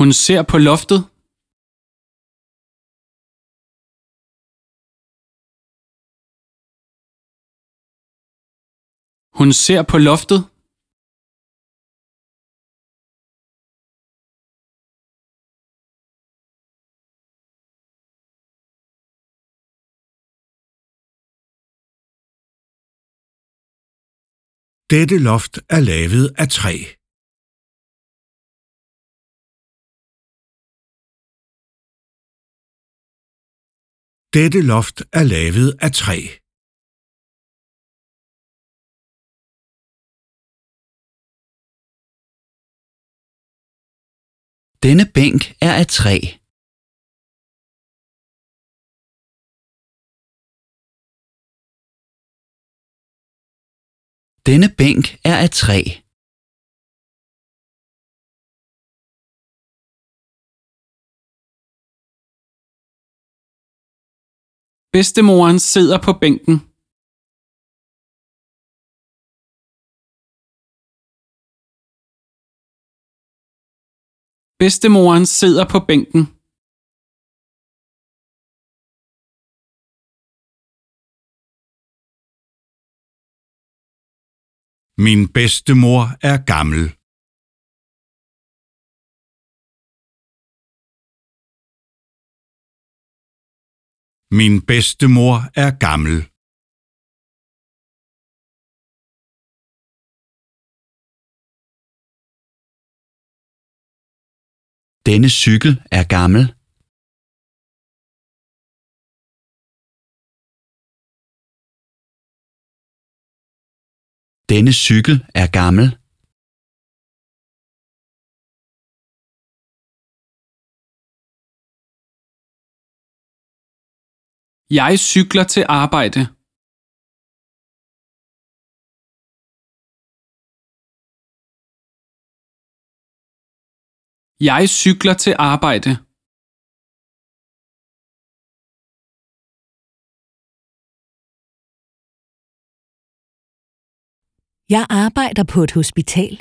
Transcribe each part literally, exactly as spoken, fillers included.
Hun ser på loftet. Hun ser på loftet. Dette loft er lavet af træ. Dette loft er lavet af træ. Denne bænk er af træ. Denne bænk er af træ. Bedstemoren sidder på bænken. Bedstemoren sidder på bænken. Min bedstemor er gammel. Min bedstemor er gammel. Denne cykel er gammel. Denne cykel er gammel. Jeg cykler til arbejde. Jeg cykler til arbejde. Jeg arbejder på et hospital.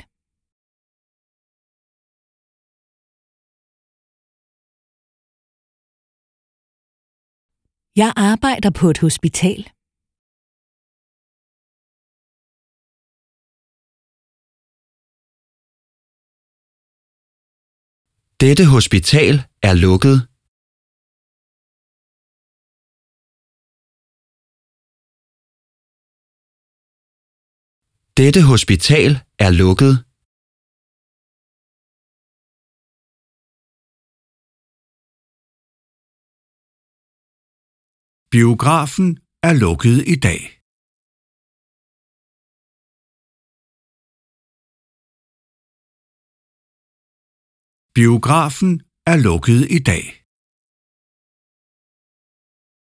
Jeg arbejder på et hospital. Dette hospital er lukket. Dette hospital er lukket. Biografen er lukket i dag. Biografen er lukket i dag.